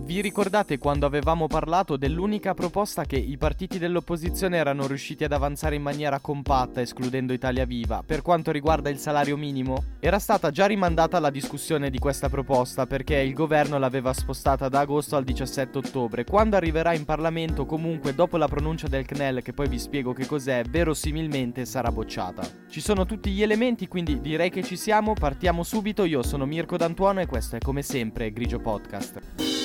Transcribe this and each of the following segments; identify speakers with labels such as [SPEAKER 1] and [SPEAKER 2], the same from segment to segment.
[SPEAKER 1] Vi ricordate quando avevamo parlato dell'unica proposta che i partiti dell'opposizione erano riusciti ad avanzare in maniera compatta, escludendo Italia Viva, per quanto riguarda il salario minimo? Era stata già rimandata la discussione di questa proposta perché il governo l'aveva spostata da agosto al 17 ottobre. Quando arriverà in Parlamento, comunque dopo la pronuncia del CNEL, che poi vi spiego che cos'è, verosimilmente sarà bocciata. Ci sono tutti gli elementi, quindi direi che ci siamo, partiamo subito. Io sono Mirko D'Antuono e questo è come sempre Grigio Podcast.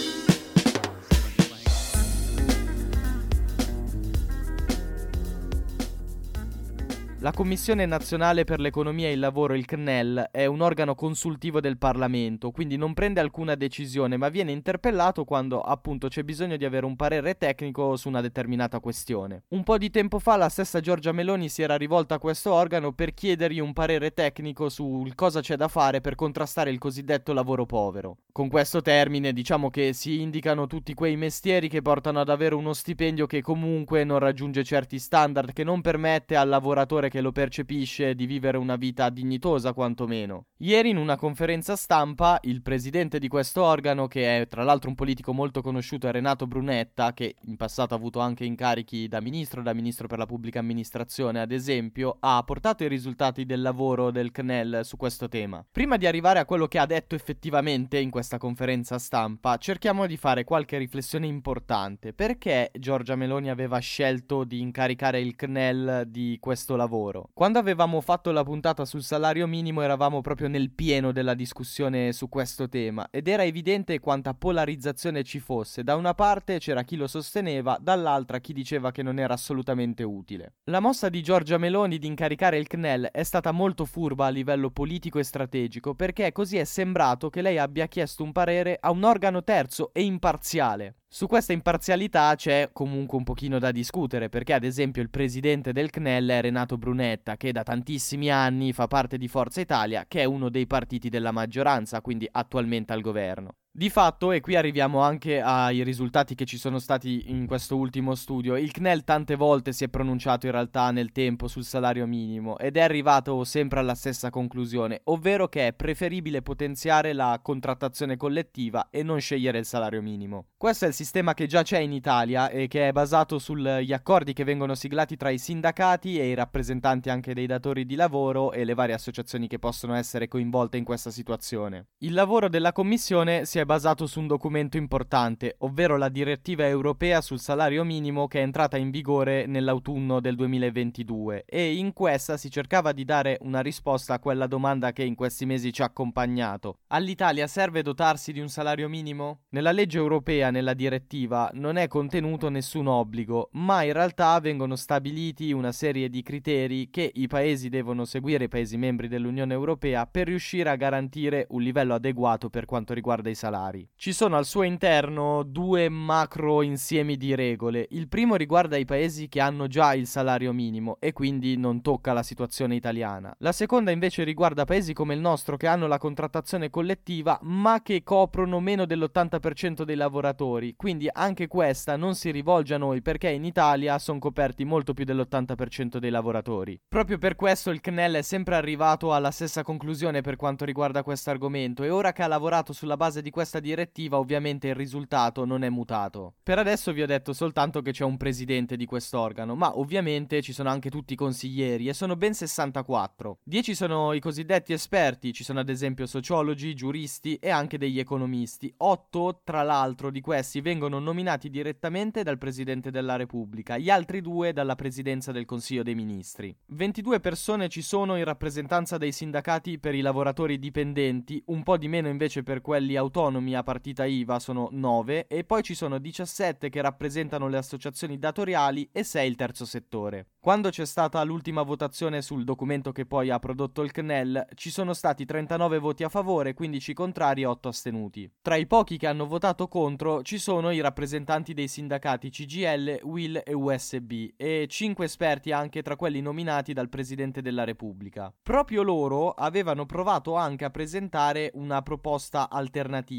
[SPEAKER 1] La Commissione Nazionale per l'Economia e il Lavoro, il CNEL, è un organo consultivo del Parlamento, quindi non prende alcuna decisione, ma viene interpellato quando appunto c'è bisogno di avere un parere tecnico su una determinata questione. Un po' di tempo fa la stessa Giorgia Meloni si era rivolta a questo organo per chiedergli un parere tecnico sul cosa c'è da fare per contrastare il cosiddetto lavoro povero. Con questo termine diciamo che si indicano tutti quei mestieri che portano ad avere uno stipendio che comunque non raggiunge certi standard, che non permette al lavoratore che lo percepisce di vivere una vita dignitosa quantomeno. Ieri in una conferenza stampa il presidente di questo organo, che è tra l'altro un politico molto conosciuto, è Renato Brunetta, che in passato ha avuto anche incarichi da ministro per la pubblica amministrazione ad esempio, ha portato i risultati del lavoro del CNEL su questo tema. Prima di arrivare a quello che ha detto effettivamente in questa conferenza stampa, cerchiamo di fare qualche riflessione importante. Perché Giorgia Meloni aveva scelto di incaricare il CNEL di questo lavoro? Quando avevamo fatto la puntata sul salario minimo eravamo proprio nel pieno della discussione su questo tema ed era evidente quanta polarizzazione ci fosse. Da una parte c'era chi lo sosteneva, dall'altra chi diceva che non era assolutamente utile. La mossa di Giorgia Meloni di incaricare il CNEL è stata molto furba a livello politico e strategico, perché così è sembrato che lei abbia chiesto un parere a un organo terzo e imparziale. Su questa imparzialità c'è comunque un pochino da discutere, perché ad esempio il presidente del CNEL è Renato Brunetta, che da tantissimi anni fa parte di Forza Italia, che è uno dei partiti della maggioranza, quindi attualmente al governo. Di fatto, e qui arriviamo anche ai risultati che ci sono stati in questo ultimo studio, il CNEL tante volte si è pronunciato in realtà nel tempo sul salario minimo ed è arrivato sempre alla stessa conclusione, ovvero che è preferibile potenziare la contrattazione collettiva e non scegliere il salario minimo. Questo è il sistema che già c'è in Italia e che è basato sugli accordi che vengono siglati tra i sindacati e i rappresentanti anche dei datori di lavoro e le varie associazioni che possono essere coinvolte in questa situazione. Il lavoro della Commissione si è basato su un documento importante, ovvero la direttiva europea sul salario minimo, che è entrata in vigore nell'autunno del 2022, e in questa si cercava di dare una risposta a quella domanda che in questi mesi ci ha accompagnato. All'Italia serve dotarsi di un salario minimo? Nella legge europea, nella direttiva, non è contenuto nessun obbligo, ma in realtà vengono stabiliti una serie di criteri che i paesi devono seguire, i paesi membri dell'Unione Europea, per riuscire a garantire un livello adeguato per quanto riguarda i salari. Ci sono al suo interno due macro insiemi di regole. Il primo riguarda i paesi che hanno già il salario minimo e quindi non tocca la situazione italiana. La seconda invece riguarda paesi come il nostro, che hanno la contrattazione collettiva ma che coprono meno dell'80% dei lavoratori, quindi anche questa non si rivolge a noi, perché in Italia sono coperti molto più dell'80% dei lavoratori. Proprio per questo il CNEL è sempre arrivato alla stessa conclusione per quanto riguarda questo argomento, e ora che ha lavorato sulla base di questa direttiva ovviamente il risultato non è mutato. Per adesso vi ho detto soltanto che c'è un presidente di quest'organo, ma ovviamente ci sono anche tutti i consiglieri e sono ben 64. 10 sono i cosiddetti esperti, ci sono ad esempio sociologi, giuristi e anche degli economisti. 8 tra l'altro di questi vengono nominati direttamente dal Presidente della Repubblica, gli altri 2 dalla Presidenza del Consiglio dei Ministri. 22 persone ci sono in rappresentanza dei sindacati per i lavoratori dipendenti, un po' di meno invece per quelli autonomi a partita IVA, sono 9, e poi ci sono 17 che rappresentano le associazioni datoriali e 6 il terzo settore. Quando c'è stata l'ultima votazione sul documento che poi ha prodotto il CNEL, ci sono stati 39 voti a favore, 15 contrari e 8 astenuti. Tra i pochi che hanno votato contro ci sono i rappresentanti dei sindacati CGIL, UIL e USB e 5 esperti anche tra quelli nominati dal Presidente della Repubblica. Proprio loro avevano provato anche a presentare una proposta alternativa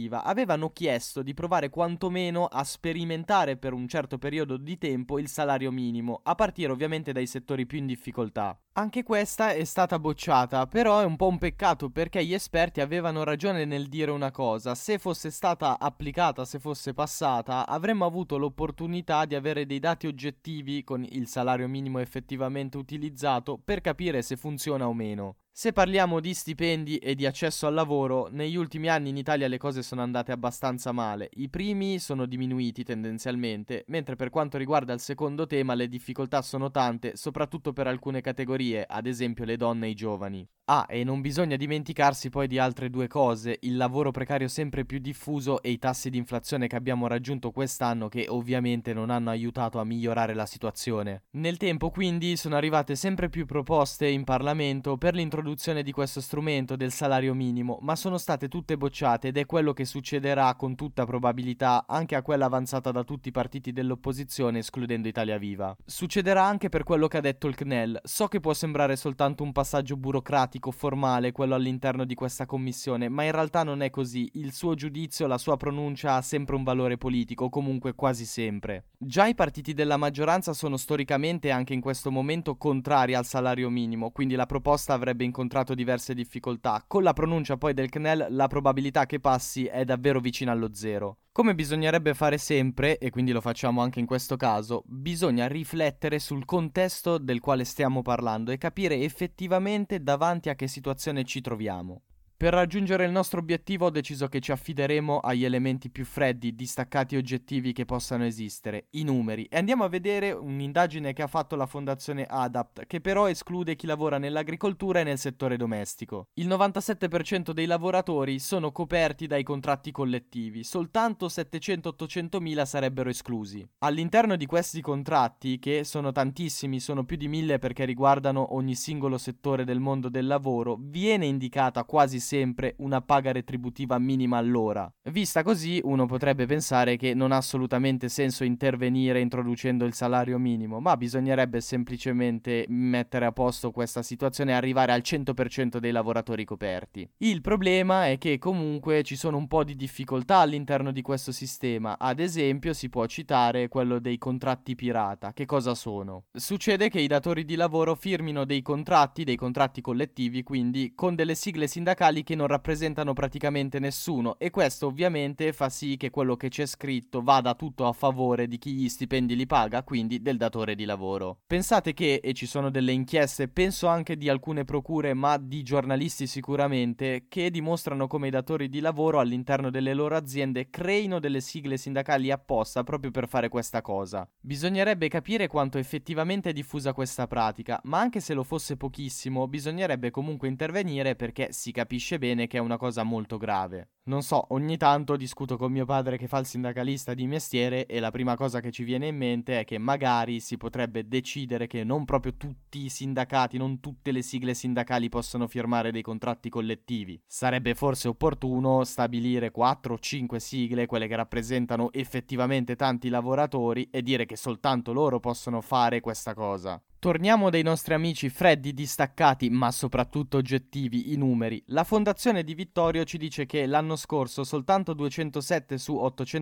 [SPEAKER 1] iniziativa, avevano chiesto di provare quantomeno a sperimentare per un certo periodo di tempo il salario minimo, a partire ovviamente dai settori più in difficoltà. Anche questa è stata bocciata, però è un po' un peccato perché gli esperti avevano ragione nel dire una cosa: se fosse stata applicata, se fosse passata, avremmo avuto l'opportunità di avere dei dati oggettivi con il salario minimo effettivamente utilizzato per capire se funziona o meno. Se parliamo di stipendi e di accesso al lavoro, negli ultimi anni in Italia le cose sono andate abbastanza male. I primi sono diminuiti tendenzialmente, mentre per quanto riguarda il secondo tema le difficoltà sono tante, soprattutto per alcune categorie, ad esempio le donne e i giovani. Ah, e non bisogna dimenticarsi poi di altre due cose: il lavoro precario sempre più diffuso e i tassi di inflazione che abbiamo raggiunto quest'anno, che ovviamente non hanno aiutato a migliorare la situazione. Nel tempo quindi sono arrivate sempre più proposte in Parlamento per l'introduzione di questo strumento del salario minimo, ma sono state tutte bocciate ed è quello che succederà con tutta probabilità anche a quella avanzata da tutti i partiti dell'opposizione, escludendo Italia Viva. Succederà anche per quello che ha detto il CNEL. So che può sembrare soltanto un passaggio burocratico formale quello all'interno di questa commissione, ma in realtà non è così. Il suo giudizio, la sua pronuncia ha sempre un valore politico, comunque quasi sempre. Già i partiti della maggioranza sono storicamente anche in questo momento contrari al salario minimo, quindi la proposta avrebbe incontrato diverse difficoltà. Con la pronuncia poi del CNEL la probabilità che passi è davvero vicina allo zero. Come bisognerebbe fare sempre, e quindi lo facciamo anche in questo caso, bisogna riflettere sul contesto del quale stiamo parlando e capire effettivamente davanti a che situazione ci troviamo. Per raggiungere il nostro obiettivo ho deciso che ci affideremo agli elementi più freddi, distaccati e oggettivi che possano esistere, i numeri, e andiamo a vedere un'indagine che ha fatto la fondazione ADAPT, che però esclude chi lavora nell'agricoltura e nel settore domestico. Il 97% dei lavoratori sono coperti dai contratti collettivi, soltanto 700-800 mila sarebbero esclusi. All'interno di questi contratti, che sono tantissimi, sono più di 1000 perché riguardano ogni singolo settore del mondo del lavoro, viene indicata quasi sempre una paga retributiva minima all'ora. Vista così, uno potrebbe pensare che non ha assolutamente senso intervenire introducendo il salario minimo, ma bisognerebbe semplicemente mettere a posto questa situazione e arrivare al 100% dei lavoratori coperti. Il problema è che comunque ci sono un po' di difficoltà all'interno di questo sistema. Ad esempio si può citare quello dei contratti pirata. Che cosa sono? Succede che i datori di lavoro firmino dei contratti collettivi, quindi con delle sigle sindacali che non rappresentano praticamente nessuno, e questo ovviamente fa sì che quello che c'è scritto vada tutto a favore di chi gli stipendi li paga, quindi del datore di lavoro. Pensate che, e ci sono delle inchieste, penso anche di alcune procure, ma di giornalisti sicuramente, che dimostrano come i datori di lavoro all'interno delle loro aziende creino delle sigle sindacali apposta proprio per fare questa cosa. Bisognerebbe capire quanto effettivamente è diffusa questa pratica, ma anche se lo fosse pochissimo, bisognerebbe comunque intervenire perché si capisce bene che è una cosa molto grave. Non so, ogni tanto discuto con mio padre che fa il sindacalista di mestiere e la prima cosa che ci viene in mente è che magari si potrebbe decidere che non proprio tutti i sindacati, non tutte le sigle sindacali possono firmare dei contratti collettivi. Sarebbe forse opportuno stabilire 4 o 5 sigle, quelle che rappresentano effettivamente tanti lavoratori, e dire che soltanto loro possono fare questa cosa. Torniamo dai nostri amici freddi, distaccati, ma soprattutto oggettivi, i numeri. La fondazione di Vittorio ci dice che l'anno scorso soltanto 207 su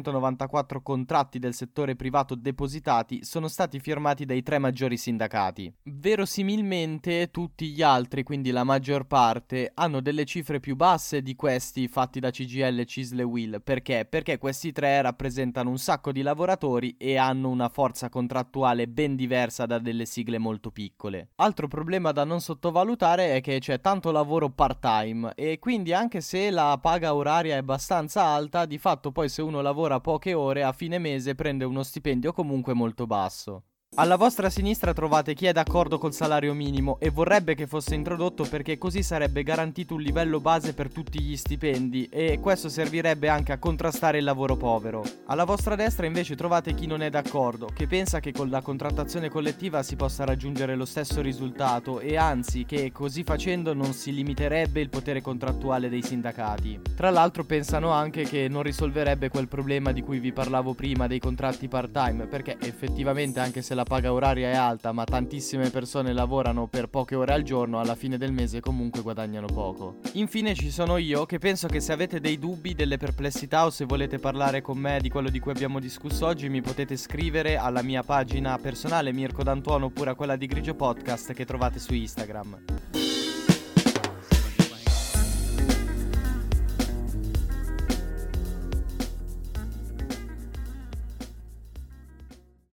[SPEAKER 1] 894 contratti del settore privato depositati sono stati firmati dai 3 maggiori sindacati. Verosimilmente tutti gli altri, quindi la maggior parte, hanno delle cifre più basse di questi fatti da CGIL, CISL e UIL. Perché? Perché questi 3 rappresentano un sacco di lavoratori e hanno una forza contrattuale ben diversa da delle sigle molto piccole. Altro problema da non sottovalutare è che c'è tanto lavoro part-time e quindi anche se la paga oraria è abbastanza alta, di fatto poi se uno lavora poche ore a fine mese prende uno stipendio comunque molto basso. Alla vostra sinistra trovate chi è d'accordo col salario minimo e vorrebbe che fosse introdotto perché così sarebbe garantito un livello base per tutti gli stipendi e questo servirebbe anche a contrastare il lavoro povero. Alla vostra destra invece trovate chi non è d'accordo, che pensa che con la contrattazione collettiva si possa raggiungere lo stesso risultato e anzi che così facendo non si limiterebbe il potere contrattuale dei sindacati. Tra l'altro pensano anche che non risolverebbe quel problema di cui vi parlavo prima dei contratti part-time, perché effettivamente anche se la la paga oraria è alta ma tantissime persone lavorano per poche ore al giorno, alla fine del mese comunque guadagnano poco. Infine ci sono io, che penso che se avete dei dubbi, delle perplessità o se volete parlare con me di quello di cui abbiamo discusso oggi, mi potete scrivere alla mia pagina personale Mirko D'Antuono oppure a quella di Grigio Podcast che trovate su Instagram.